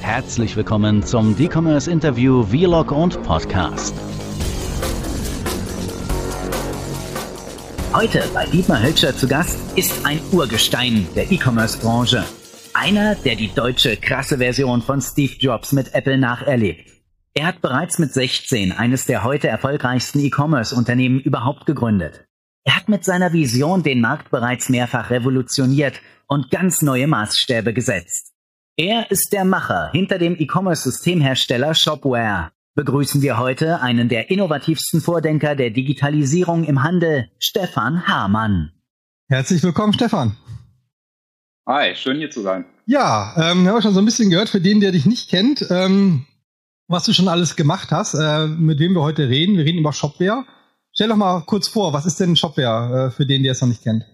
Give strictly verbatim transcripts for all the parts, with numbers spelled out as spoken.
herzlich willkommen zum D-Commerce Interview Vlog und Podcast. Heute bei Dietmar Hölscher zu Gast ist ein Urgestein der E-Commerce-Branche. Einer, der die deutsche krasse Version von Steve Jobs mit Apple nacherlebt. Er hat bereits mit sechzehn eines der heute erfolgreichsten E-Commerce-Unternehmen überhaupt gegründet. Er hat mit seiner Vision den Markt bereits mehrfach revolutioniert und ganz neue Maßstäbe gesetzt. Er ist der Macher hinter dem E-Commerce-Systemhersteller Shopware. Begrüßen wir heute einen der innovativsten Vordenker der Digitalisierung im Handel, Stefan Hamann. Herzlich willkommen, Stefan. Hi, schön hier zu sein. Ja, ähm, wir haben schon so ein bisschen gehört, für den, der dich nicht kennt, ähm, was du schon alles gemacht hast, äh, mit wem wir heute reden. Wir reden über Shopware. Stell doch mal kurz vor, was ist denn Shopware, äh, für den, der es noch nicht kennt?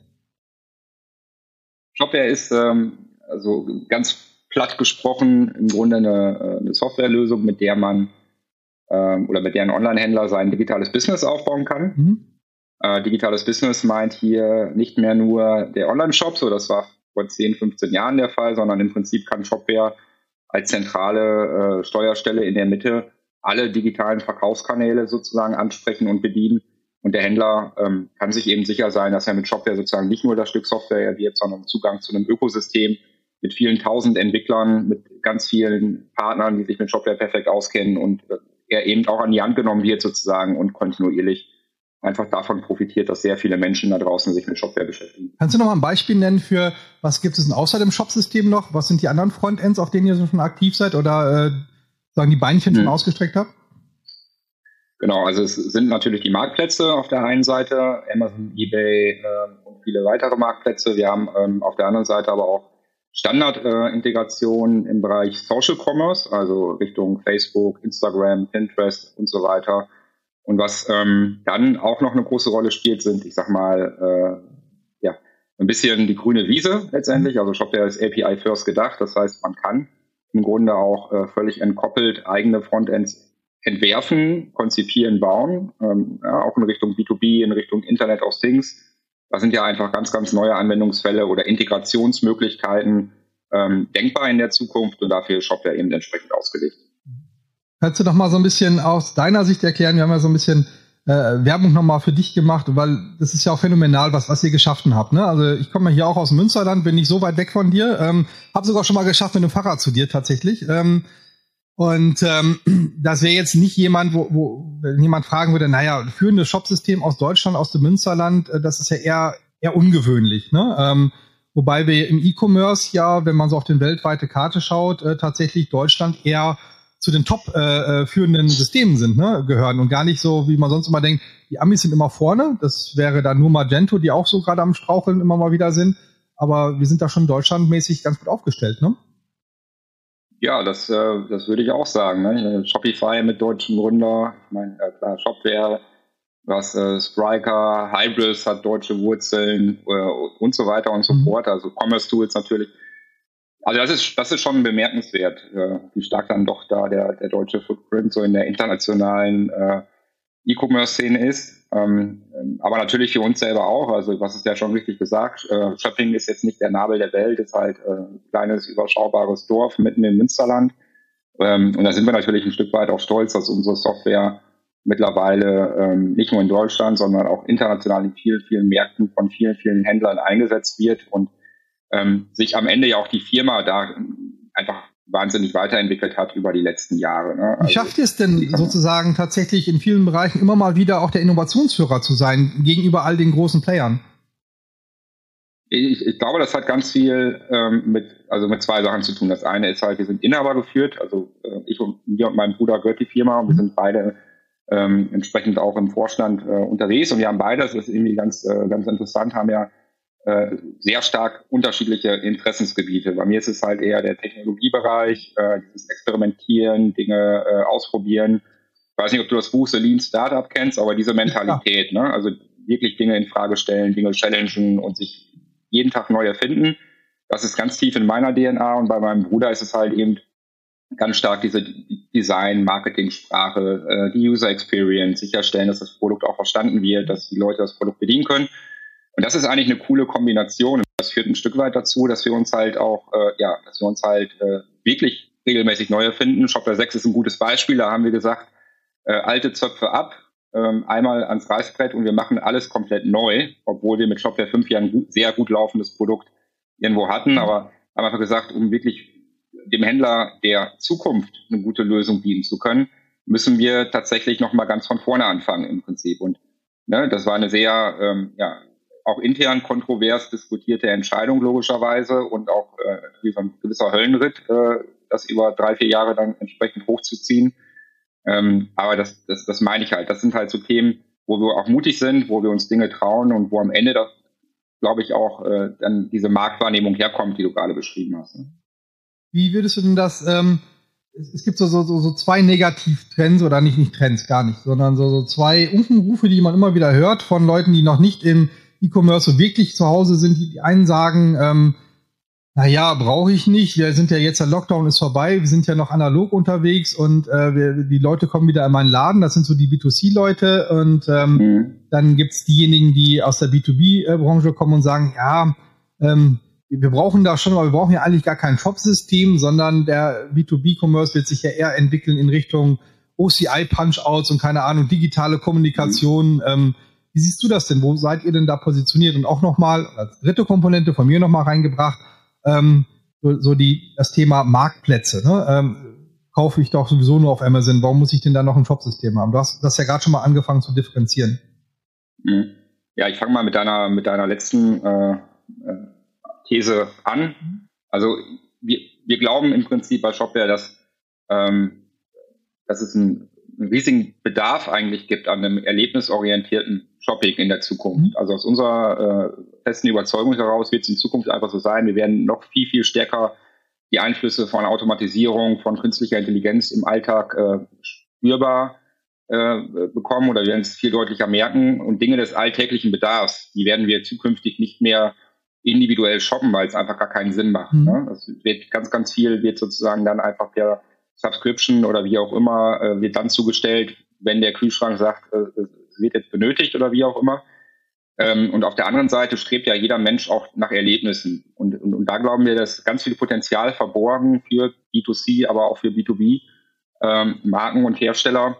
Shopware ist ähm, also ganz platt gesprochen im Grunde eine, eine Softwarelösung, mit der man ähm, oder mit der ein Online-Händler sein digitales Business aufbauen kann. Mhm. Äh, digitales Business meint hier nicht mehr nur der Online-Shop, so das war vor zehn, fünfzehn Jahren der Fall, sondern im Prinzip kann Shopware als zentrale äh, Steuerstelle in der Mitte alle digitalen Verkaufskanäle sozusagen ansprechen und bedienen. Und der Händler ähm, kann sich eben sicher sein, dass er mit Shopware sozusagen nicht nur das Stück Software erwirbt, sondern Zugang zu einem Ökosystem mit vielen tausend Entwicklern, mit ganz vielen Partnern, die sich mit Shopware perfekt auskennen und er eben auch an die Hand genommen wird sozusagen und kontinuierlich einfach davon profitiert, dass sehr viele Menschen da draußen sich mit Shopware beschäftigen. Kannst du noch mal ein Beispiel nennen für, was gibt es denn außer dem Shop-System noch? Was sind die anderen Frontends, auf denen ihr so schon aktiv seid oder äh, sagen die Beinchen schon hm. ausgestreckt habt? Genau, also es sind natürlich die Marktplätze auf der einen Seite, Amazon, eBay äh, und viele weitere Marktplätze. Wir haben ähm, auf der anderen Seite aber auch Standardintegration äh, im Bereich Social Commerce, also Richtung Facebook, Instagram, Pinterest und so weiter. Und was ähm, dann auch noch eine große Rolle spielt, sind, ich sag mal, äh, ja, ein bisschen die grüne Wiese letztendlich. Also Shopware ist A P I first gedacht. Das heißt, man kann im Grunde auch äh, völlig entkoppelt eigene Frontends entwerfen, konzipieren, bauen, ähm, ja, auch in Richtung B zwei B, in Richtung Internet of Things. Da sind ja einfach ganz, ganz neue Anwendungsfälle oder Integrationsmöglichkeiten ähm, denkbar in der Zukunft und dafür ist Shopware eben entsprechend ausgelegt. Kannst du doch mal so ein bisschen aus deiner Sicht erklären, wir haben ja so ein bisschen äh, Werbung nochmal für dich gemacht, weil das ist ja auch phänomenal, was was ihr geschaffen habt. Ne? Also ich komme ja hier auch aus dem Münsterland, bin nicht so weit weg von dir, ähm, habe sogar schon mal geschafft mit dem Fahrrad zu dir tatsächlich. Ähm, und ähm, das wäre jetzt nicht jemand, wo, wo wenn jemand fragen würde, naja, führendes Shopsystem aus Deutschland, aus dem Münsterland, äh, das ist ja eher eher ungewöhnlich. Ne? Ähm, wobei wir im E-Commerce ja, wenn man so auf den weltweite Karte schaut, äh, tatsächlich Deutschland eher zu den top äh, führenden Systemen sind, ne, gehören und gar nicht so, wie man sonst immer denkt, die Amis sind immer vorne, das wäre dann nur Magento, die auch so gerade am Straucheln immer mal wieder sind, aber wir sind da schon deutschlandmäßig ganz gut aufgestellt, ne? Ja, das, äh, das würde ich auch sagen, ne? Shopify mit deutschen Gründer, ich meine, äh, klar, Shopware, was äh, Spryker, Hybris hat deutsche Wurzeln äh, und so weiter und so mhm. fort, also Commerce Tools natürlich. Also das ist das ist schon bemerkenswert, äh, wie stark dann doch da der der deutsche Footprint so in der internationalen äh, E-Commerce-Szene ist. Ähm, aber natürlich für uns selber auch. Also was ist ja schon richtig gesagt, äh, Schöpping ist jetzt nicht der Nabel der Welt, ist halt äh, ein kleines, überschaubares Dorf mitten im Münsterland. Ähm, und da sind wir natürlich ein Stück weit auch stolz, dass unsere Software mittlerweile ähm, nicht nur in Deutschland, sondern auch international in vielen, vielen Märkten von vielen, vielen Händlern eingesetzt wird und Ähm, sich am Ende ja auch die Firma da einfach wahnsinnig weiterentwickelt hat über die letzten Jahre. Ne? Also, wie schafft ihr es denn sozusagen tatsächlich in vielen Bereichen immer mal wieder auch der Innovationsführer zu sein gegenüber all den großen Playern? Ich, ich glaube, das hat ganz viel ähm, mit, also mit zwei Sachen zu tun. Das eine ist halt, wir sind Inhaber geführt, also äh, ich und mir und mein Bruder gehört die Firma und wir sind beide ähm, entsprechend auch im Vorstand äh, unterwegs und wir haben beide, das ist irgendwie ganz, äh, ganz interessant, haben ja Äh, sehr stark unterschiedliche Interessensgebiete. Bei mir ist es halt eher der Technologiebereich, äh, dieses Experimentieren, Dinge äh, ausprobieren. Ich weiß nicht, ob du das Buch The Lean Startup kennst, aber diese Mentalität, ja. ne? Also wirklich Dinge in Frage stellen, Dinge challengen und sich jeden Tag neu erfinden. Das ist ganz tief in meiner D N A und bei meinem Bruder ist es halt eben ganz stark diese Design, Marketing-Sprache, äh, die User Experience, sicherstellen, dass das Produkt auch verstanden wird, dass die Leute das Produkt bedienen können. Und das ist eigentlich eine coole Kombination. das führt ein Stück weit dazu, dass wir uns halt auch, äh, ja, dass wir uns halt äh, wirklich regelmäßig neu erfinden. Shopware sechs ist ein gutes Beispiel. Da haben wir gesagt, äh, alte Zöpfe ab, ähm, einmal ans Reißbrett und wir machen alles komplett neu, obwohl wir mit Shopware fünf ja ein gut, sehr gut laufendes Produkt irgendwo hatten. Aber haben einfach gesagt, um wirklich dem Händler der Zukunft eine gute Lösung bieten zu können, müssen wir tatsächlich nochmal ganz von vorne anfangen im Prinzip. Und ne, das war eine sehr, ähm, ja, auch intern kontrovers diskutierte Entscheidung logischerweise und auch äh, ein gewisser Höllenritt, äh, das über drei, vier Jahre dann entsprechend hochzuziehen. Ähm, aber das, das, das meine ich halt. Das sind halt so Themen, wo wir auch mutig sind, wo wir uns Dinge trauen und wo am Ende, das, glaube ich, auch äh, dann diese Marktwahrnehmung herkommt, die du gerade beschrieben hast. Ne? Wie würdest du denn das, ähm, es, es gibt so, so, so zwei Negativtrends oder nicht, nicht Trends, gar nicht, sondern so, so zwei Unkenrufe, die man immer wieder hört von Leuten, die noch nicht im E-Commerce so wirklich zu Hause sind. Die einen sagen, ähm, naja, brauche ich nicht, wir sind ja jetzt, der Lockdown ist vorbei, wir sind ja noch analog unterwegs und äh, wir, die Leute kommen wieder in meinen Laden, das sind so die B zwei C-Leute und ähm, mhm. dann gibt's diejenigen, die aus der B zwei B-Branche kommen und sagen, ja, ähm, wir brauchen da schon, aber wir brauchen ja eigentlich gar kein Shop-System, sondern der B zwei B-Commerce wird sich ja eher entwickeln in Richtung O C I-Punch-Outs und keine Ahnung, digitale Kommunikation. Mhm. Ähm, wie siehst du das denn? Wo seid ihr denn da positioniert? Und auch nochmal als dritte Komponente von mir nochmal reingebracht, ähm, so, so die das Thema Marktplätze. Ne? Ähm, kaufe ich doch sowieso nur auf Amazon. Warum muss ich denn da noch ein Shop-System haben? Du hast das ja gerade schon mal angefangen zu differenzieren. Mhm. Ja, ich fange mal mit deiner mit deiner letzten äh, These an. Also wir, wir glauben im Prinzip bei Shopware, dass, ähm, dass es einen, einen riesigen Bedarf eigentlich gibt an einem erlebnisorientierten Shopping in der Zukunft. Also aus unserer äh, festen Überzeugung heraus wird es in Zukunft einfach so sein, wir werden noch viel, viel stärker die Einflüsse von Automatisierung, von künstlicher Intelligenz im Alltag äh, spürbar äh, bekommen oder wir werden es viel deutlicher merken und Dinge des alltäglichen Bedarfs, die werden wir zukünftig nicht mehr individuell shoppen, weil es einfach gar keinen Sinn macht. Mhm. Ne? Das wird ganz, ganz viel wird sozusagen dann einfach per Subscription oder wie auch immer äh, wird dann zugestellt, wenn der Kühlschrank sagt, äh, es wird jetzt benötigt oder wie auch immer. Ähm, und auf der anderen Seite strebt ja jeder Mensch auch nach Erlebnissen. Und, und, und da glauben wir, dass ganz viel Potenzial verborgen für B zwei C, aber auch für B zwei B ähm, Marken und Hersteller,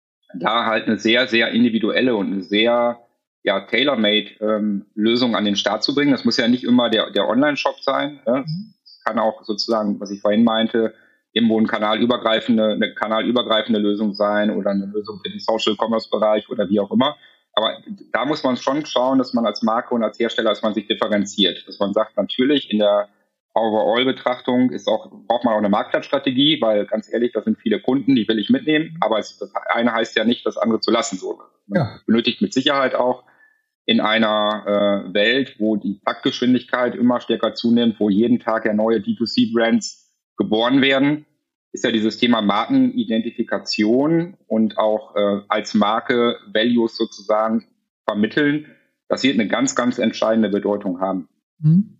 da halt eine sehr, sehr individuelle und eine sehr ja, tailor-made ähm, Lösung an den Start zu bringen. Das muss ja nicht immer der, der Online-Shop sein. Ne? Das kann auch sozusagen, was ich vorhin meinte, irgendwo ein kanalübergreifende, eine kanalübergreifende Lösung sein oder eine Lösung für den Social-Commerce-Bereich oder wie auch immer. Aber da muss man schon schauen, dass man als Marke und als Hersteller, dass man sich differenziert. Dass man sagt, natürlich in der Overall-Betrachtung ist auch, braucht man auch eine Marktplatzstrategie, weil ganz ehrlich, das sind viele Kunden, die will ich mitnehmen. Aber es, das eine heißt ja nicht, das andere zu lassen. So. Man ja. benötigt mit Sicherheit auch in einer äh, Welt, wo die Taktgeschwindigkeit immer stärker zunimmt, wo jeden Tag ja neue D zwei C-Brands geboren werden, ist ja dieses Thema Markenidentifikation und auch äh, als Marke Values sozusagen vermitteln. Das wird eine ganz, ganz entscheidende Bedeutung haben. Mhm.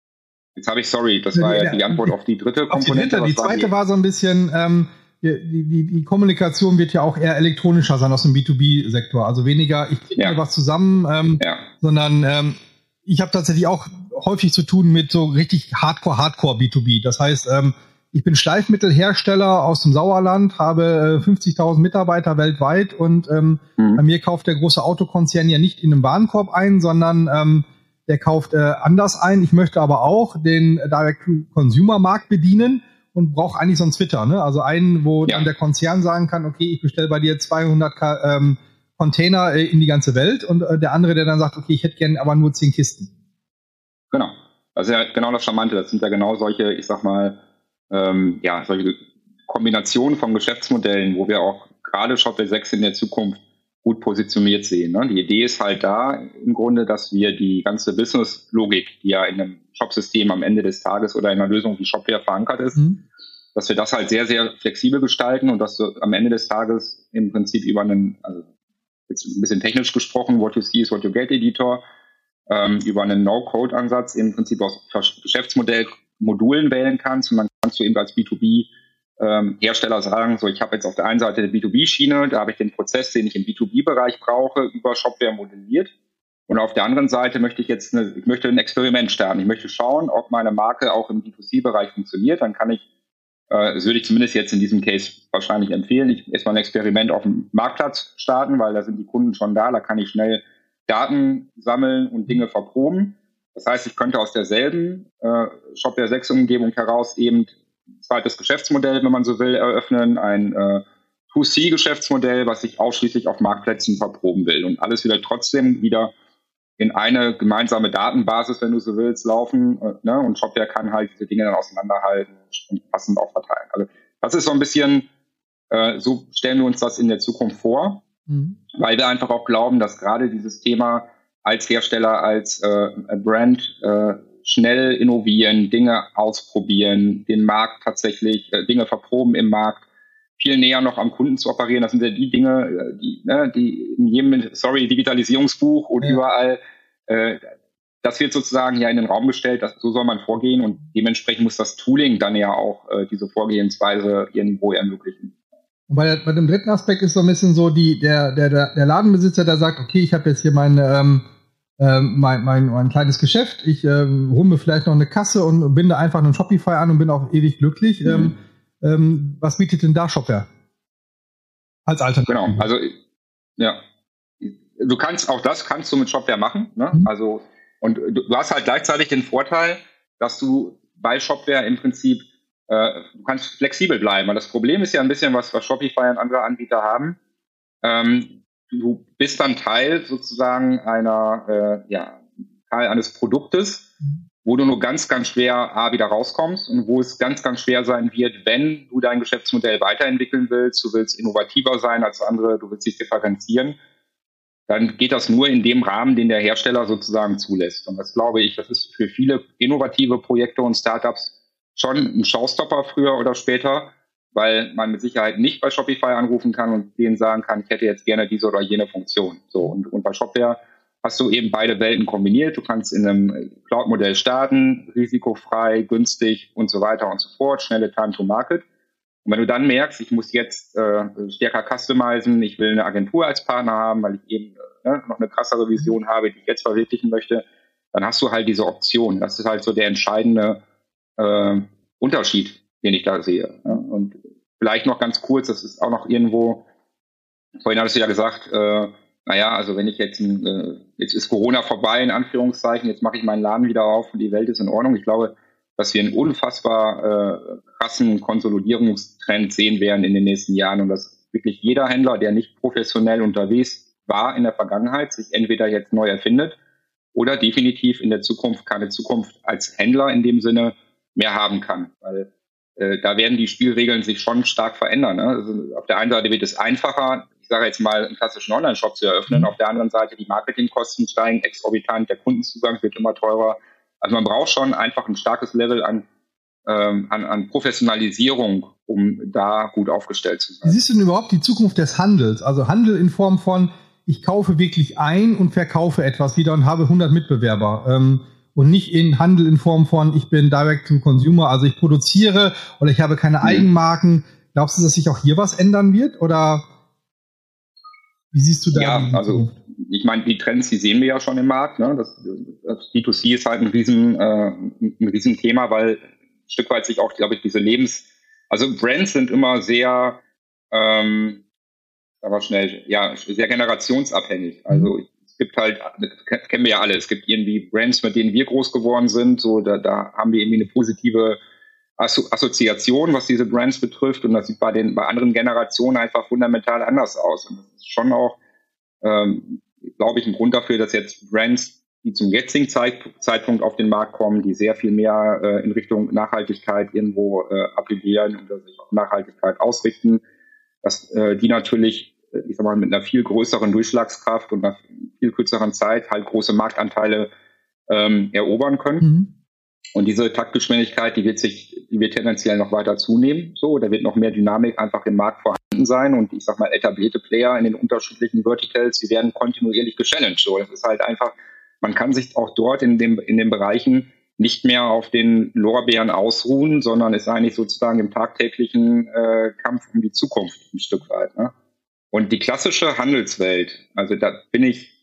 Jetzt habe ich, sorry, das war ja die Antwort auf die dritte Komponente. Die, dritte, die zweite war, war so ein bisschen, ähm, die, die, die Kommunikation wird ja auch eher elektronischer sein aus dem B zwei B-Sektor. Also weniger, ich kriege ja. mir was zusammen, ähm, ja. sondern ähm, ich habe tatsächlich auch häufig zu tun mit so richtig Hardcore, Hardcore B zwei B. Das heißt, ähm, ich bin Schleifmittelhersteller aus dem Sauerland, habe äh, fünfzigtausend Mitarbeiter weltweit und ähm, mhm. bei mir kauft der große Autokonzern ja nicht in einem Warenkorb ein, sondern ähm, der kauft äh, anders ein. Ich möchte aber auch den Direct-to-Consumer-Markt bedienen und brauche eigentlich so einen Twitter, ne? Also einen, wo ja. dann der Konzern sagen kann, okay, ich bestelle bei dir zweihundert ähm, Container äh, in die ganze Welt und äh, der andere, der dann sagt, okay, ich hätte gerne aber nur zehn Kisten. Genau. Das ist ja genau das Charmante. Das sind ja genau solche, ich sag mal, ähm, ja, solche Kombinationen von Geschäftsmodellen, wo wir auch gerade Shopware sechs in der Zukunft gut positioniert sehen. Ne? Die Idee ist halt da im Grunde, dass wir die ganze Business-Logik, die ja in einem Shopsystem am Ende des Tages oder in einer Lösung wie Shopware verankert ist, mhm. dass wir das halt sehr, sehr flexibel gestalten und dass du am Ende des Tages im Prinzip über einen, also jetzt ein bisschen technisch gesprochen, what you see is what you get Editor, ähm, über einen No-Code-Ansatz im Prinzip aus Geschäftsmodellmodulen wählen kannst und dann kannst du eben als B zwei B Ähm, Hersteller sagen, so ich habe jetzt auf der einen Seite eine B zwei B-Schiene, da habe ich den Prozess, den ich im B zwei B-Bereich brauche, über Shopware modelliert Und auf der anderen Seite möchte ich jetzt eine, ich möchte ein Experiment starten. Ich möchte schauen, ob meine Marke auch im D zwei C-Bereich funktioniert. Dann kann ich, äh, das würde ich zumindest jetzt in diesem Case wahrscheinlich empfehlen, ich erstmal ein Experiment auf dem Marktplatz starten, weil da sind die Kunden schon da, da kann ich schnell Daten sammeln und Dinge verproben. Das heißt, ich könnte aus derselben äh, Shopware sechs Umgebung heraus eben ein zweites Geschäftsmodell, wenn man so will, eröffnen, ein äh, zwei C-Geschäftsmodell, was ich ausschließlich auf Marktplätzen verproben will und alles wieder trotzdem wieder in eine gemeinsame Datenbasis, wenn du so willst, laufen, äh, ne? Und Shopware kann halt diese Dinge dann auseinanderhalten und passend auch verteilen. Also das ist so ein bisschen, äh, so stellen wir uns das in der Zukunft vor, mhm. weil wir einfach auch glauben, dass gerade dieses Thema als Hersteller, als äh, Brand äh, schnell innovieren, Dinge ausprobieren, den Markt tatsächlich, äh, Dinge verproben im Markt, viel näher noch am Kunden zu operieren. Das sind ja die Dinge, die, ne, die in jedem, sorry, Digitalisierungsbuch und ja. überall, äh, das wird sozusagen ja in den Raum gestellt, dass, so soll man vorgehen und dementsprechend muss das Tooling dann ja auch äh, diese Vorgehensweise irgendwo ermöglichen. Und bei, der, bei dem dritten Aspekt ist so ein bisschen so die, der, der, der Ladenbesitzer, der sagt, okay, ich habe jetzt hier mein, ähm, ähm, mein, mein, mein kleines Geschäft, ich ähm, hole mir vielleicht noch eine Kasse und binde einfach einen Shopify an und bin auch ewig glücklich. Mhm. Ähm, Ähm, was bietet denn da Shopware als Alternative? Genau, also ja, du kannst auch das kannst du mit Shopware machen, ne? Mhm. Also und du, du hast halt gleichzeitig den Vorteil, dass du bei Shopware im Prinzip äh, du kannst flexibel bleiben. Weil das Problem ist ja ein bisschen was, was Shopify und andere Anbieter haben. Ähm, du bist dann Teil sozusagen einer äh, ja Teil eines Produktes. Mhm. wo du nur ganz, ganz schwer A, wieder rauskommst und wo es ganz, ganz schwer sein wird, wenn du dein Geschäftsmodell weiterentwickeln willst, du willst innovativer sein als andere, du willst dich differenzieren, dann geht das nur in dem Rahmen, den der Hersteller sozusagen zulässt. Und das glaube ich, das ist für viele innovative Projekte und Startups schon ein Showstopper früher oder später, weil man mit Sicherheit nicht bei Shopify anrufen kann und denen sagen kann, ich hätte jetzt gerne diese oder jene Funktion. So, und, und bei Shopware hast du eben beide Welten kombiniert. Du kannst in einem Cloud-Modell starten, risikofrei, günstig und so weiter und so fort, schnelle Time to Market. Und wenn du dann merkst, ich muss jetzt äh, stärker customizen, ich will eine Agentur als Partner haben, weil ich eben äh, noch eine krassere Vision habe, die ich jetzt verwirklichen möchte, dann hast du halt diese Option. Das ist halt so der entscheidende äh, Unterschied, den ich da sehe. Ja? Und vielleicht noch ganz kurz, das ist auch noch irgendwo, vorhin hattest du ja gesagt, äh, naja, also wenn ich jetzt, äh, jetzt ist Corona vorbei, in Anführungszeichen, jetzt mache ich meinen Laden wieder auf und die Welt ist in Ordnung. Ich glaube, dass wir einen unfassbar äh, krassen Konsolidierungstrend sehen werden in den nächsten Jahren und dass wirklich jeder Händler, der nicht professionell unterwegs war in der Vergangenheit, sich entweder jetzt neu erfindet oder definitiv in der Zukunft keine Zukunft als Händler in dem Sinne mehr haben kann. Weil äh, da werden die Spielregeln sich schon stark verändern. Ne? Also auf der einen Seite wird es einfacher, ich sage jetzt mal, einen klassischen Online-Shop zu eröffnen. Auf der anderen Seite die Marketingkosten steigen exorbitant, der Kundenzugang wird immer teurer. Also man braucht schon einfach ein starkes Level an, ähm, an, an Professionalisierung, um da gut aufgestellt zu sein. Wie siehst du denn überhaupt die Zukunft des Handels? Also Handel in Form von, ich kaufe wirklich ein und verkaufe etwas wieder und habe hundert Mitbewerber. Ähm, und nicht in Handel in Form von, ich bin Direct to Consumer, also ich produziere oder ich habe keine mhm. Eigenmarken. Glaubst du, dass sich auch hier was ändern wird? Oder wie siehst du da? Ja, also ich meine, die Trends, die sehen wir ja schon im Markt. Ne? Das, das D zwei C ist halt ein riesen, äh, ein riesen Thema, weil ein Stück weit sich auch, glaube ich, diese Lebens... Also Brands sind immer sehr, ähm, aber schnell, ja, sehr generationsabhängig. Also es gibt halt, das kennen wir ja alle, es gibt irgendwie Brands, mit denen wir groß geworden sind, so da, da haben wir irgendwie eine positive Asso- Assoziation, was diese Brands betrifft, und das sieht bei den bei anderen Generationen einfach fundamental anders aus. Und das ist schon auch, ähm, glaube ich, ein Grund dafür, dass jetzt Brands, die zum jetzigen Zeit, Zeitpunkt auf den Markt kommen, die sehr viel mehr äh, in Richtung Nachhaltigkeit irgendwo äh, appellieren und sich auf Nachhaltigkeit ausrichten, dass äh, die natürlich, ich sag mal, mit einer viel größeren Durchschlagskraft und einer viel kürzeren Zeit halt große Marktanteile ähm, erobern können. Mhm. Und diese Taktgeschwindigkeit, die wird sich, die wird tendenziell noch weiter zunehmen. So, da wird noch mehr Dynamik einfach im Markt vorhanden sein. Und ich sag mal, etablierte Player in den unterschiedlichen Verticals, die werden kontinuierlich gechallenged. So, das ist halt einfach, man kann sich auch dort in dem, in den Bereichen nicht mehr auf den Lorbeeren ausruhen, sondern ist eigentlich sozusagen im tagtäglichen äh, Kampf um die Zukunft ein Stück weit. Ne? Und die klassische Handelswelt, also da bin ich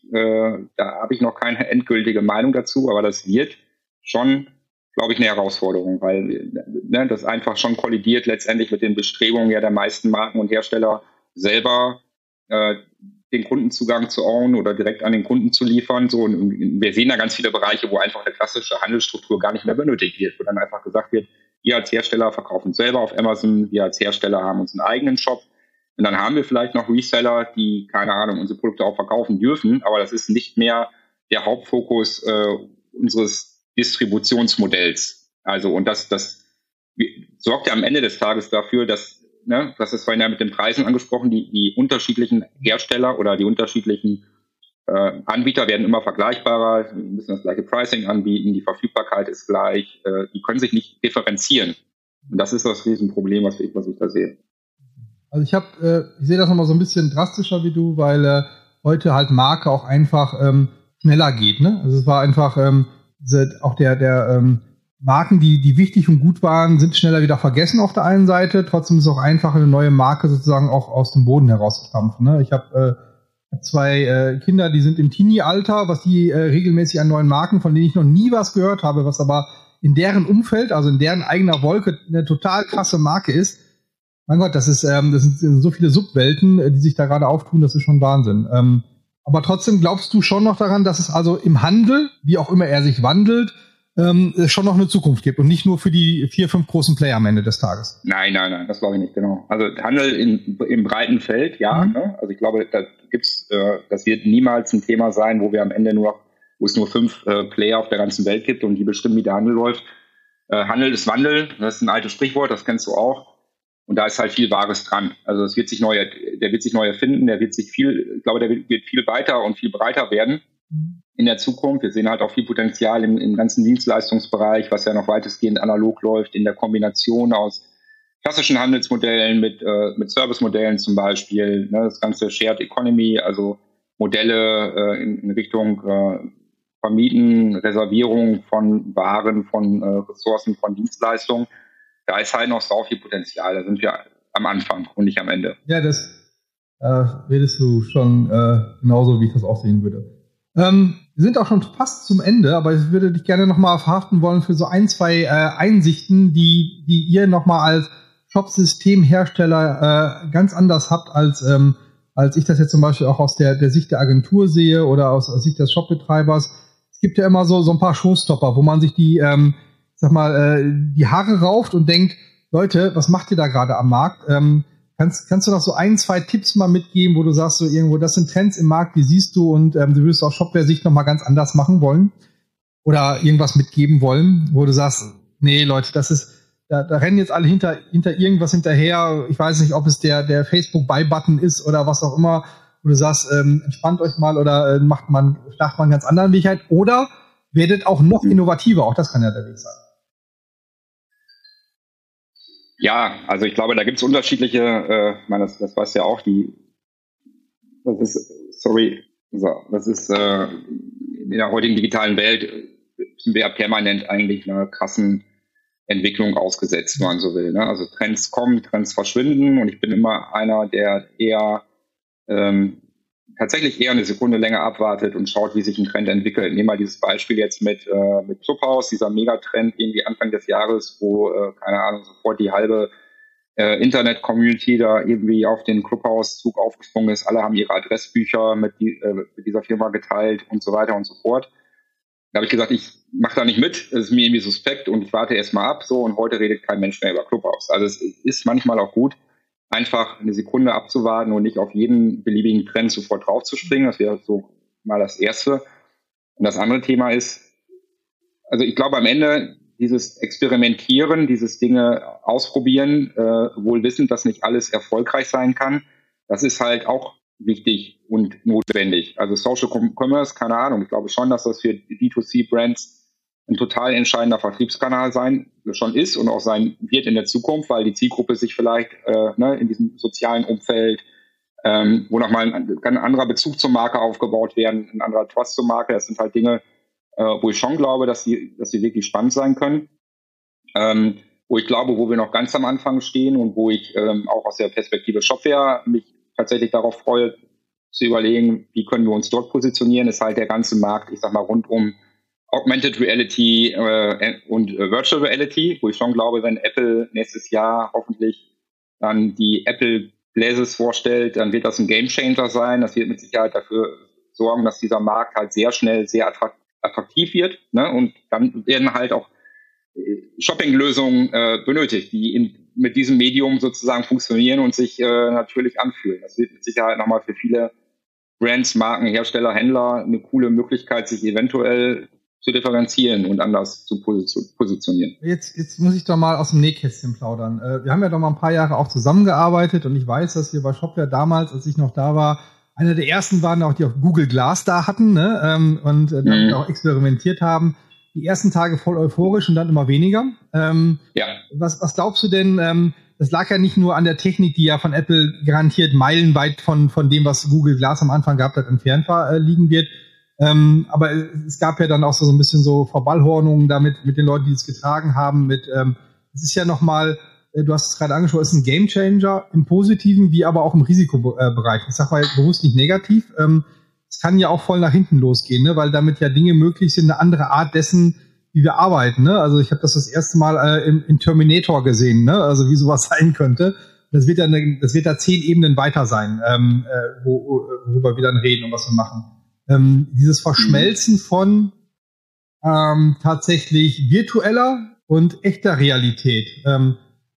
äh, da habe ich noch keine endgültige Meinung dazu, aber das wird schon, glaube ich, eine Herausforderung, weil ne, das einfach schon kollidiert letztendlich mit den Bestrebungen ja der meisten Marken und Hersteller selber äh, den Kundenzugang zu ownen oder direkt an den Kunden zu liefern. So, und wir sehen da ganz viele Bereiche, wo einfach eine klassische Handelsstruktur gar nicht mehr benötigt wird, wo dann einfach gesagt wird, wir als Hersteller verkaufen selber auf Amazon, wir als Hersteller haben uns einen eigenen Shop. Und dann haben wir vielleicht noch Reseller, die, keine Ahnung, unsere Produkte auch verkaufen dürfen, aber das ist nicht mehr der Hauptfokus äh, unseres Distributionsmodells. Also, und das, das sorgt ja am Ende des Tages dafür, dass, ne, das ist vorhin ja mit den Preisen angesprochen, die, die unterschiedlichen Hersteller oder die unterschiedlichen äh, Anbieter werden immer vergleichbarer, müssen das gleiche Pricing anbieten, die Verfügbarkeit ist gleich, äh, die können sich nicht differenzieren. Und das ist das Riesenproblem, was ich, was ich da sehe. Also ich habe, äh, ich sehe das nochmal so ein bisschen drastischer wie du, weil äh, heute halt Marke auch einfach ähm, schneller geht, ne? Also es war einfach ähm, diese, auch der der ähm, Marken, die die wichtig und gut waren, sind schneller wieder vergessen auf der einen Seite. Trotzdem ist es auch einfach, eine neue Marke sozusagen auch aus dem Boden herauszustampfen, ne? Ich habe äh, zwei äh, Kinder, die sind im Teenie-Alter, was die äh, regelmäßig an neuen Marken, von denen ich noch nie was gehört habe, was aber in deren Umfeld, also in deren eigener Wolke, eine total krasse Marke ist. Mein Gott, das ist, ähm, das sind so viele Subwelten, die sich da gerade auftun, das ist schon Wahnsinn. Ähm, aber trotzdem glaubst du schon noch daran, dass es also im Handel, wie auch immer er sich wandelt, ähm, schon noch eine Zukunft gibt und nicht nur für die vier, fünf großen Player am Ende des Tages? Nein, nein, nein, das glaube ich nicht, genau. Also Handel in, im breiten Feld, ja. Mhm. Ne? Also ich glaube, da gibt's, äh, das wird niemals ein Thema sein, wo wir am Ende nur, wo es nur fünf äh, Player auf der ganzen Welt gibt und die bestimmen, wie der Handel läuft. Äh, Handel ist Wandel, das ist ein altes Sprichwort, das kennst du auch. Und da ist halt viel Wahres dran. Also es wird sich neu, der wird sich neu erfinden, der wird sich viel, ich glaube, der wird viel weiter und viel breiter werden in der Zukunft. Wir sehen halt auch viel Potenzial im, im ganzen Dienstleistungsbereich, was ja noch weitestgehend analog läuft, in der Kombination aus klassischen Handelsmodellen mit, äh, mit Servicemodellen zum Beispiel, ne, das ganze Shared Economy, also Modelle äh, in, in Richtung äh, Vermieten, Reservierung von Waren, von äh, Ressourcen, von Dienstleistungen. Da ist halt noch so viel Potenzial. Da sind wir am Anfang und nicht am Ende. Ja, das äh, redest du schon äh, genauso, wie ich das auch sehen würde. Ähm, wir sind auch schon fast zum Ende, aber ich würde dich gerne nochmal verhaften wollen für so ein, zwei äh, Einsichten, die, die ihr nochmal als Shop-Systemhersteller äh, ganz anders habt, als, ähm, als ich das jetzt zum Beispiel auch aus der, der Sicht der Agentur sehe oder aus, aus Sicht des Shopbetreibers. Es gibt ja immer so, so ein paar Showstopper, wo man sich die ähm, sag mal, äh, die Haare rauft und denkt, Leute, was macht ihr da gerade am Markt? Ähm, kannst, kannst du noch so ein, zwei Tipps mal mitgeben, wo du sagst, so irgendwo, das sind Trends im Markt, die siehst du und ähm, du würdest aus Shopware-Sicht noch mal ganz anders machen wollen? Oder irgendwas mitgeben wollen, wo du sagst, nee, Leute, das ist, da, da rennen jetzt alle hinter, hinter irgendwas hinterher. Ich weiß nicht, ob es der, der Facebook-Buy-Button ist oder was auch immer, wo du sagst, ähm, entspannt euch mal oder äh, macht man, startet man einen ganz anderen Weg halt. Oder werdet auch noch innovativer, auch das kann ja der Weg sein. Ja, also ich glaube, da gibt es unterschiedliche, äh, ich meine, das, das weiß ja auch, die, das ist, sorry, so, das ist äh, in der heutigen digitalen Welt sind wir ja permanent eigentlich einer krassen Entwicklung ausgesetzt, wenn man so will. Ne? Also Trends kommen, Trends verschwinden und ich bin immer einer, der eher ähm, tatsächlich eher eine Sekunde länger abwartet und schaut, wie sich ein Trend entwickelt. Nehmen wir mal dieses Beispiel jetzt mit, äh, mit Clubhouse, dieser Megatrend irgendwie Anfang des Jahres, wo, äh, keine Ahnung, sofort die halbe äh, Internet-Community da irgendwie auf den Clubhouse-Zug aufgesprungen ist. Alle haben ihre Adressbücher mit, die, äh, mit dieser Firma geteilt und so weiter und so fort. Da habe ich gesagt, ich mache da nicht mit, das ist mir irgendwie suspekt und ich warte erst mal ab. So, und heute redet kein Mensch mehr über Clubhouse. Also es ist manchmal auch gut, einfach eine Sekunde abzuwarten und nicht auf jeden beliebigen Trend sofort draufzuspringen. Das wäre so mal das Erste. Und das andere Thema ist, also ich glaube am Ende dieses Experimentieren, dieses Dinge ausprobieren, äh, wohl wissend, dass nicht alles erfolgreich sein kann, das ist halt auch wichtig und notwendig. Also Social Commerce, keine Ahnung, ich glaube schon, dass das für D zwei C Brands ein total entscheidender Vertriebskanal sein schon ist und auch sein wird in der Zukunft, weil die Zielgruppe sich vielleicht äh, ne, in diesem sozialen Umfeld, ähm, wo nochmal ein, ein anderer Bezug zur Marke aufgebaut werden, ein anderer Trust zur Marke, das sind halt Dinge, äh, wo ich schon glaube, dass sie, dass sie wirklich spannend sein können. Ähm, wo ich glaube, wo wir noch ganz am Anfang stehen und wo ich ähm, auch aus der Perspektive Shopware mich tatsächlich darauf freue, zu überlegen, wie können wir uns dort positionieren, ist halt der ganze Markt, ich sag mal, rund um Augmented Reality äh, und äh, Virtual Reality, wo ich schon glaube, wenn Apple nächstes Jahr hoffentlich dann die Apple Glasses vorstellt, dann wird das ein Gamechanger sein. Das wird mit Sicherheit dafür sorgen, dass dieser Markt halt sehr schnell sehr attraktiv wird. Ne? Und dann werden halt auch Shopping-Lösungen äh, benötigt, die in, mit diesem Medium sozusagen funktionieren und sich äh, natürlich anfühlen. Das wird mit Sicherheit nochmal für viele Brands, Marken, Hersteller, Händler eine coole Möglichkeit, sich eventuell zu differenzieren und anders zu positionieren. Jetzt, jetzt muss ich doch mal aus dem Nähkästchen plaudern. Wir haben ja doch mal ein paar Jahre auch zusammengearbeitet und ich weiß, dass wir bei Shopware damals, als ich noch da war, einer der ersten waren auch, die auch Google Glass da hatten, ne? Und damit mhm. auch experimentiert haben. Die ersten Tage voll euphorisch und dann immer weniger. Ähm, ja. Was, was glaubst du denn, ähm, das lag ja nicht nur an der Technik, die ja von Apple garantiert meilenweit von, von dem, was Google Glass am Anfang gehabt hat, entfernt war, äh, liegen wird. Ähm, aber es gab ja dann auch so, so ein bisschen so Verballhornungen damit mit den Leuten, die es getragen haben. Mit, ähm, es ist ja nochmal, äh, du hast es gerade angesprochen, es ist ein Gamechanger im Positiven, wie aber auch im Risikobereich. Ich sag mal bewusst nicht negativ. Ähm, es kann ja auch voll nach hinten losgehen, ne? Weil damit ja Dinge möglich sind, eine andere Art dessen, wie wir arbeiten. Ne? Also ich habe das das erste Mal äh, in, in Terminator gesehen, ne? Also wie sowas sein könnte. Das wird ja, eine, das wird da zehn Ebenen weiter sein, ähm, äh, wo, worüber wir dann reden und was wir machen. Ähm, dieses Verschmelzen von ähm, tatsächlich virtueller und echter Realität. Ähm,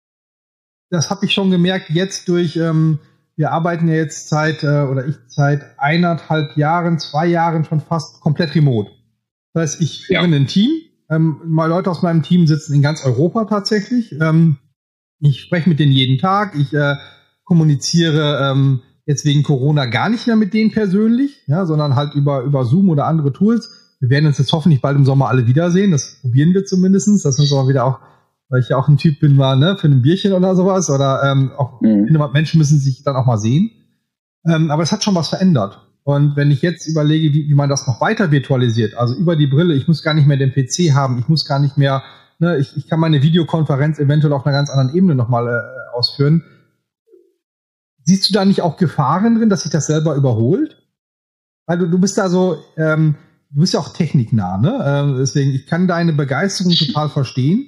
das habe ich schon gemerkt jetzt durch, ähm, wir arbeiten ja jetzt seit, äh, oder ich seit eineinhalb Jahren, zwei Jahren schon fast komplett remote. Das heißt, ich führe ja. ein Team, ähm, mal Leute aus meinem Team sitzen in ganz Europa tatsächlich. Ähm, ich spreche mit denen jeden Tag, ich äh, kommuniziere ähm, jetzt wegen Corona gar nicht mehr mit denen persönlich, ja, sondern halt über, über Zoom oder andere Tools. Wir werden uns jetzt hoffentlich bald im Sommer alle wiedersehen. Das probieren wir zumindestens. Das müssen wir wieder auch, weil ich ja auch ein Typ bin, mal, ne, für ein Bierchen oder sowas. Oder ähm, auch mhm. Menschen müssen sich dann auch mal sehen. Ähm, aber es hat schon was verändert. Und wenn ich jetzt überlege, wie, wie man das noch weiter virtualisiert, also über die Brille, ich muss gar nicht mehr den P C haben, ich muss gar nicht mehr, ne, ich, ich kann meine Videokonferenz eventuell auf einer ganz anderen Ebene nochmal äh, ausführen. Siehst du da nicht auch Gefahren drin, dass sich das selber überholt? Weil du, du bist da so, ähm, du bist ja auch techniknah, ne? Ähm, deswegen, ich kann deine Begeisterung total verstehen.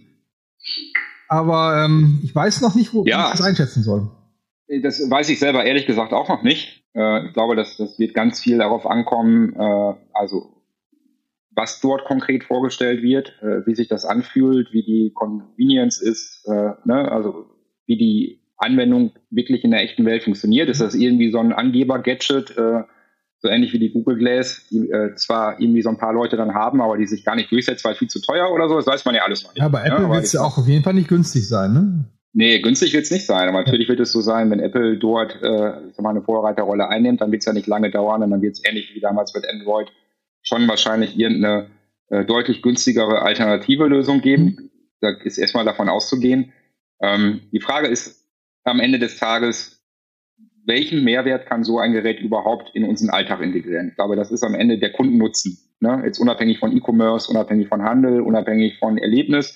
Aber ähm, ich weiß noch nicht, wo ja, ich das einschätzen soll. Das weiß ich selber ehrlich gesagt auch noch nicht. Äh, ich glaube, das, das wird ganz viel darauf ankommen, äh, also was dort konkret vorgestellt wird, äh, wie sich das anfühlt, wie die Convenience ist, äh, ne? Also wie die Anwendung wirklich in der echten Welt funktioniert. Ist das irgendwie so ein Angeber-Gadget, äh, so ähnlich wie die Google Glass, die äh, zwar irgendwie so ein paar Leute dann haben, aber die sich gar nicht durchsetzt, weil viel zu teuer oder so, das weiß man ja alles noch nicht. Ja, bei Apple ja, wird es ja auch auf jeden Fall nicht günstig sein, ne? Nee, günstig wird es nicht sein, aber natürlich ja. wird es so sein, wenn Apple dort äh, ich sag mal, eine Vorreiterrolle einnimmt, dann wird es ja nicht lange dauern und dann wird es ähnlich wie damals mit Android schon wahrscheinlich irgendeine äh, deutlich günstigere alternative Lösung geben. Mhm. Da ist erstmal davon auszugehen. Ähm, die Frage ist am Ende des Tages, welchen Mehrwert kann so ein Gerät überhaupt in unseren Alltag integrieren? Ich glaube, das ist am Ende der Kundennutzen. Ne? Jetzt unabhängig von E-Commerce, unabhängig von Handel, unabhängig von Erlebnis.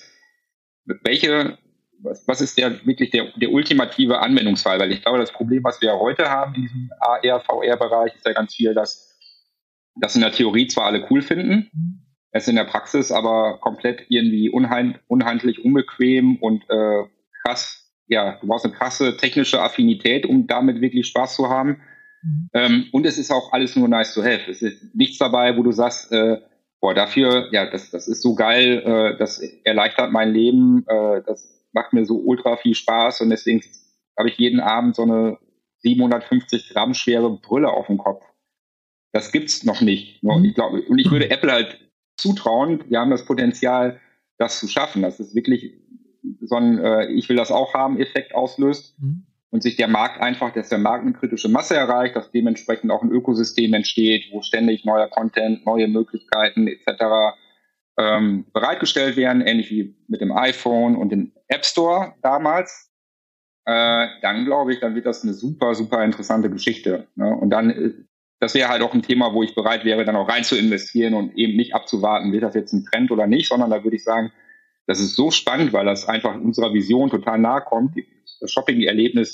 Welche, was, was ist der wirklich der, der ultimative Anwendungsfall? Weil ich glaube, das Problem, was wir heute haben in diesem A R, V R-Bereich, ist ja ganz viel, dass das in der Theorie zwar alle cool finden, es in der Praxis aber komplett irgendwie unheim, unhandlich, unbequem und äh, krass. Ja, du brauchst eine krasse technische Affinität, um damit wirklich Spaß zu haben. Mhm. Ähm, und es ist auch alles nur nice to have. Es ist nichts dabei, wo du sagst, äh, boah, dafür, ja, das, das ist so geil, äh, das erleichtert mein Leben, äh, das macht mir so ultra viel Spaß und deswegen habe ich jeden Abend so eine siebenhundertfünfzig Gramm schwere Brille auf dem Kopf. Das gibt's noch nicht. Mhm. Ich glaube, und ich würde Apple halt zutrauen, wir haben das Potenzial, das zu schaffen. Das ist wirklich so ein äh, Ich will das auch haben Effekt auslöst mhm. und sich der Markt einfach, dass der Markt eine kritische Masse erreicht, dass dementsprechend auch ein Ökosystem entsteht, wo ständig neuer Content, neue Möglichkeiten et cetera ähm, bereitgestellt werden, ähnlich wie mit dem iPhone und dem App Store damals. Äh, dann glaube ich, dann wird das eine super, super interessante Geschichte. Ne? Und dann, äh, das wäre halt auch ein Thema, wo ich bereit wäre, dann auch rein zu investieren und eben nicht abzuwarten, wird das jetzt ein Trend oder nicht, sondern da würde ich sagen, das ist so spannend, weil das einfach unserer Vision total nahe kommt, das Shopping-Erlebnis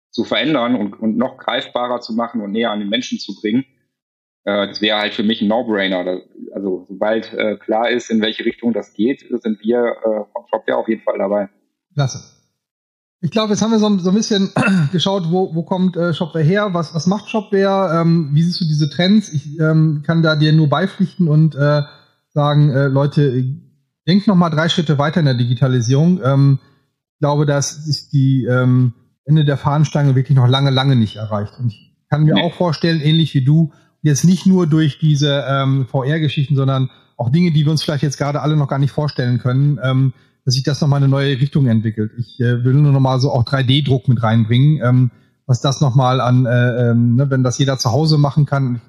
zu verändern und, und noch greifbarer zu machen und näher an den Menschen zu bringen. Äh, das wäre halt für mich ein No-Brainer. Das, also sobald äh, klar ist, in welche Richtung das geht, sind wir äh, vom Shopware auf jeden Fall dabei. Klasse. Ich glaube, jetzt haben wir so, so ein bisschen geschaut, wo, wo kommt äh, Shopware her, was, was macht Shopware, ähm, wie siehst du diese Trends? Ich ähm, kann da dir nur beipflichten und äh, sagen, äh, Leute, denkt noch mal drei Schritte weiter in der Digitalisierung. Ähm, ich glaube, das ist die ähm, Ende der Fahnenstange wirklich noch lange, lange nicht erreicht. Und ich kann mir nee. auch vorstellen, ähnlich wie du, jetzt nicht nur durch diese ähm, V R-Geschichten, sondern auch Dinge, die wir uns vielleicht jetzt gerade alle noch gar nicht vorstellen können, ähm, dass sich das nochmal eine neue Richtung entwickelt. Ich äh, will nur nochmal so auch drei D Druck mit reinbringen, ähm, was das nochmal an, äh, ähm, ne, wenn das jeder zu Hause machen kann.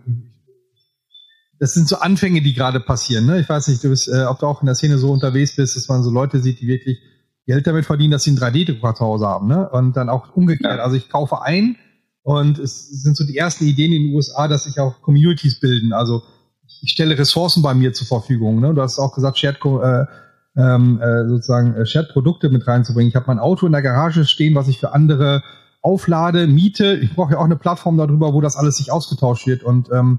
Das sind so Anfänge, die gerade passieren. Ne? Ich weiß nicht, du bist, äh, ob du auch in der Szene so unterwegs bist, dass man so Leute sieht, die wirklich Geld damit verdienen, dass sie einen drei D Drucker zu Hause haben. Ne? Und dann auch umgekehrt. Ja. Also ich kaufe ein und es sind so die ersten Ideen in den U S A, dass sich auch Communities bilden. Also ich stelle Ressourcen bei mir zur Verfügung. Ne? Du hast auch gesagt, Shared äh, Ähm, äh, sozusagen äh, Shared-Produkte mit reinzubringen. Ich habe mein Auto in der Garage stehen, was ich für andere auflade, miete. Ich brauche ja auch eine Plattform darüber, wo das alles sich ausgetauscht wird und ähm,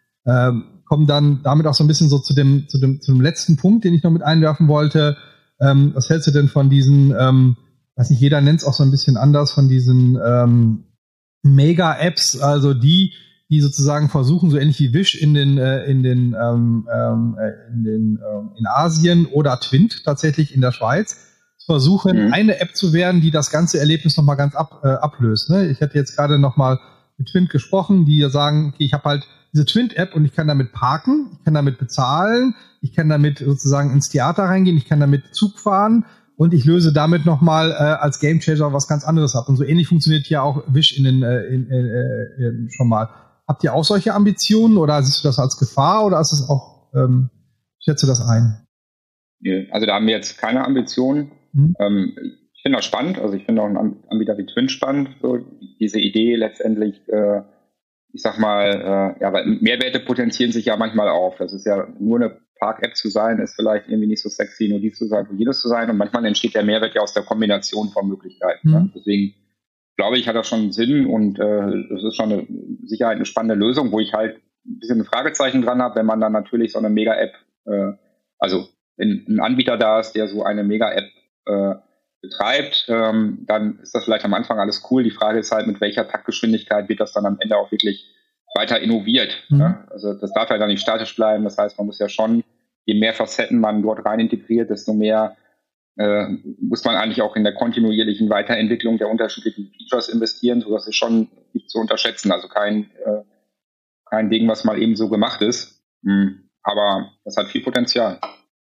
ähm, komme dann damit auch so ein bisschen so zu dem, zu dem, zu dem letzten Punkt, den ich noch mit einwerfen wollte. Ähm, was hältst du denn von diesen, ähm, weiß nicht, jeder nennt es auch so ein bisschen anders, von diesen ähm, Mega-Apps, also die, die sozusagen versuchen, so ähnlich wie Wish in den äh, in den ähm, ähm, in den ähm, in Asien oder Twint tatsächlich in der Schweiz versuchen, mhm. eine App zu werden, die das ganze Erlebnis nochmal ganz ab, äh, ablöst. Ne? Ich hatte jetzt gerade nochmal mit Twint gesprochen, die sagen, okay, ich habe halt diese Twint-App und ich kann damit parken, ich kann damit bezahlen, ich kann damit sozusagen ins Theater reingehen, ich kann damit Zug fahren und ich löse damit nochmal äh, als Gamechanger was ganz anderes ab. Und so ähnlich funktioniert hier auch Wish in den äh, in, äh, in, schon mal. Habt ihr auch solche Ambitionen oder siehst du das als Gefahr oder ist es auch, ähm, schätzt du das ein? Also da haben wir jetzt keine Ambitionen. Hm. Ähm, ich finde das spannend, also ich finde auch einen Anbieter wie Twint spannend, so diese Idee letztendlich, äh, ich sag mal, äh, ja, weil Mehrwerte potenzieren sich ja manchmal auf. Das ist ja nur eine Park-App zu sein, ist vielleicht irgendwie nicht so sexy, nur dies zu sein und jedes zu sein und manchmal entsteht der Mehrwert ja aus der Kombination von Möglichkeiten. Hm. Ne? Deswegen glaube ich, hat das schon Sinn und äh, das ist schon eine Sicherheit eine spannende Lösung, wo ich halt ein bisschen ein Fragezeichen dran habe, wenn man dann natürlich so eine Mega-App, äh, also wenn ein Anbieter da ist, der so eine Mega-App äh, betreibt, ähm, dann ist das vielleicht am Anfang alles cool. Die Frage ist halt, mit welcher Taktgeschwindigkeit wird das dann am Ende auch wirklich weiter innoviert. Mhm. Ne? Also das darf ja dann nicht statisch bleiben. Das heißt, man muss ja schon, je mehr Facetten man dort rein integriert, desto mehr Äh, muss man eigentlich auch in der kontinuierlichen Weiterentwicklung der unterschiedlichen Features investieren, so dass es schon nicht zu unterschätzen, also kein äh, kein Ding, was mal eben so gemacht ist, mhm. aber das hat viel Potenzial.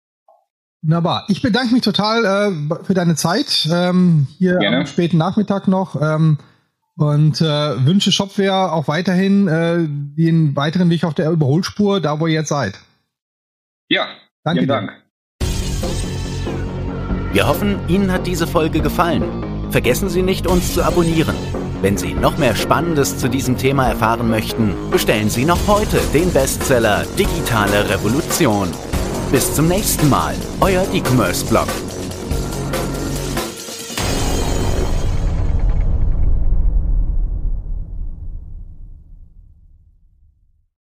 Wunderbar. Ich bedanke mich total äh, für deine Zeit ähm, hier Gerne. Am späten Nachmittag noch ähm, und äh, wünsche Shopware auch weiterhin äh, den weiteren Weg auf der Überholspur, da wo ihr jetzt seid. Ja, danke vielen Dank. Wir hoffen, Ihnen hat diese Folge gefallen. Vergessen Sie nicht, uns zu abonnieren. Wenn Sie noch mehr Spannendes zu diesem Thema erfahren möchten, bestellen Sie noch heute den Bestseller Digitale Revolution. Bis zum nächsten Mal, euer E-Commerce-Blog.